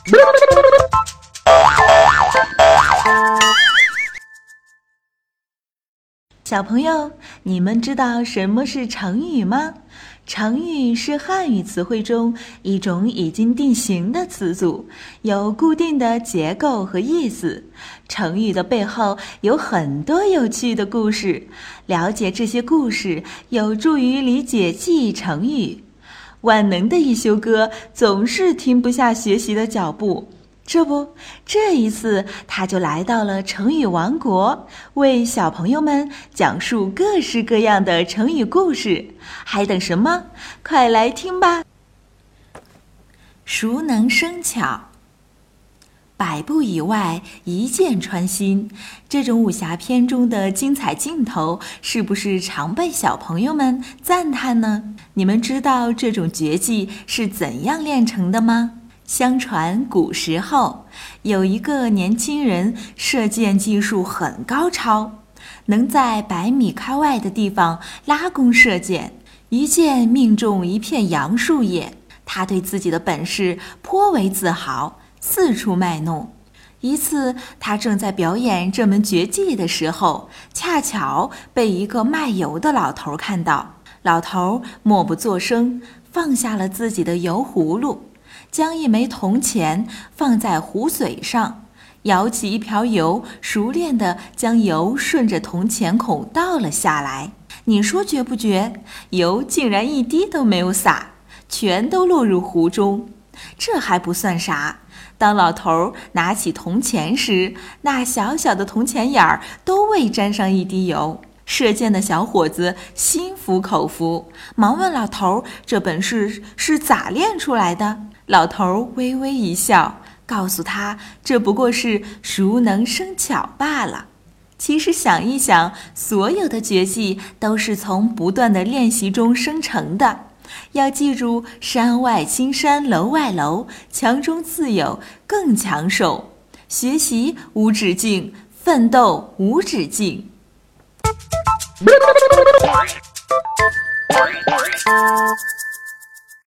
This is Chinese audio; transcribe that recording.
小朋友，你们知道什么是成语吗？成语是汉语词汇中一种已经定型的词组，有固定的结构和意思。成语的背后有很多有趣的故事，了解这些故事有助于理解记忆成语。万能的一休哥总是停不下学习的脚步，这一次他就来到了成语王国，为小朋友们讲述各式各样的成语故事。还等什么？快来听吧！熟能生巧，百步以外，一箭穿心。这种武侠片中的精彩镜头，是不是常被小朋友们赞叹呢？你们知道这种绝技是怎样练成的吗？相传古时候，有一个年轻人射箭技术很高超，能在100米开外的地方拉弓射箭，一箭命中一片杨树叶。他对自己的本事颇为自豪，四处卖弄。一次，他正在表演这门绝技的时候，恰巧被一个卖油的老头看到。老头默不作声，放下了自己的油葫芦，将一枚铜钱放在壶嘴上，舀起一瓢油，熟练地将油顺着铜钱孔倒了下来。你说绝不绝？油竟然一滴都没有洒，全都落入壶中。这还不算啥，当老头拿起铜钱时，那小小的铜钱眼儿都未沾上一滴油。射箭的小伙子心服口服，忙问老头这本事是咋练出来的。老头微微一笑，告诉他这不过是熟能生巧罢了。其实想一想，所有的绝技都是从不断的练习中生成的。要记住，山外青山楼外楼，强中自有更强手。学习无止境，奋斗无止境。